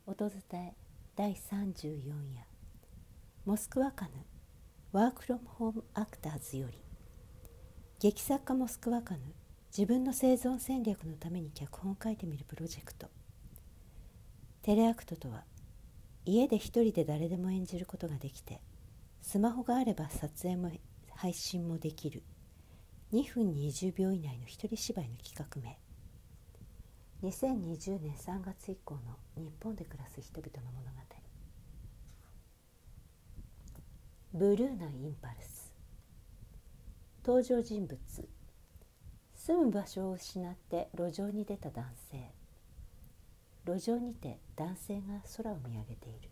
音伝え第34夜モスクワカヌワークフロムホームアクターズより劇作家モスクワカヌ自分の生存戦略のために脚本を書いてみるプロジェクト。テレアクトとは家で一人で誰でも演じることができてスマホがあれば撮影も配信もできる2分20秒以内の一人芝居の企画名。2020年3月以降の日本で暮らす人々の物語。ブルーなインパルス。登場人物、住む場所を失って路上に出た男性。路上にて男性が空を見上げている。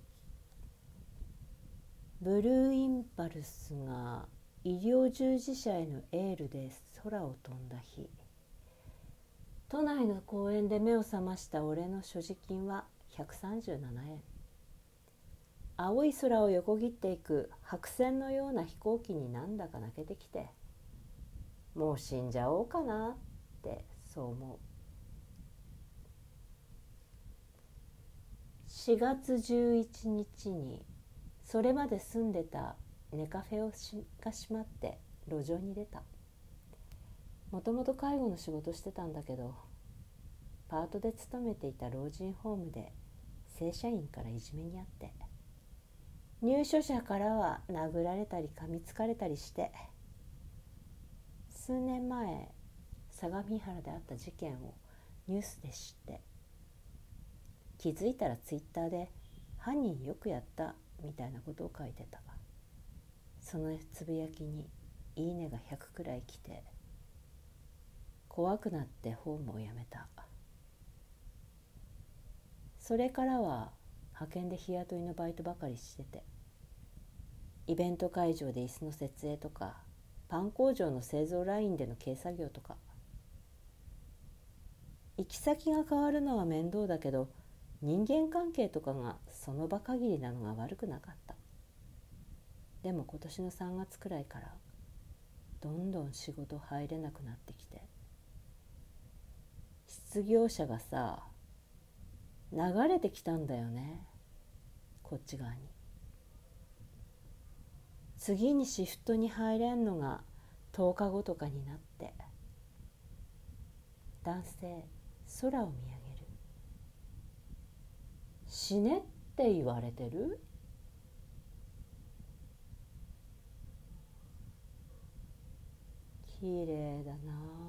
ブルーインパルスが医療従事者へのエールで空を飛んだ日、都内の公園で目を覚ました俺の所持金は137円。青い空を横切っていく白線のような飛行機になんだか泣けてきて、もう死んじゃおうかなってそう思う。4月11日にそれまで住んでたネカフェが閉まって路上に出た。もともと介護の仕事してたんだけど、パートで勤めていた老人ホームで正社員からいじめにあって、入所者からは殴られたり噛みつかれたりして、数年前相模原であった事件をニュースで知って、気づいたらツイッターで犯人よくやったみたいなことを書いてた。そのつぶやきにいいねが100くらい来て、怖くなってホームを辞めた。それからは派遣で日雇いのバイトばかりしてて、イベント会場で椅子の設営とか、パン工場の製造ラインでの軽作業とか。行き先が変わるのは面倒だけど、人間関係とかがその場限りなのが悪くなかった。でも今年の3月くらいからどんどん仕事入れなくなってきて、失業者がさ流れてきたんだよね、こっち側に。次にシフトに入れんのが10日後とかになって、男性空を見上げる。死ねって言われてる？綺麗だな。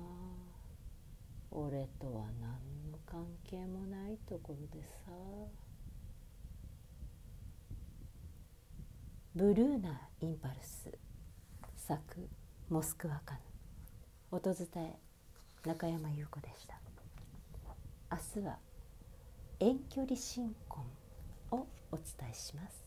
俺とは何の関係もないところでさ。ブルーなインパルス。作モスクワカヌ。音伝え中山優子でした。明日は遠距離新婚をお伝えします。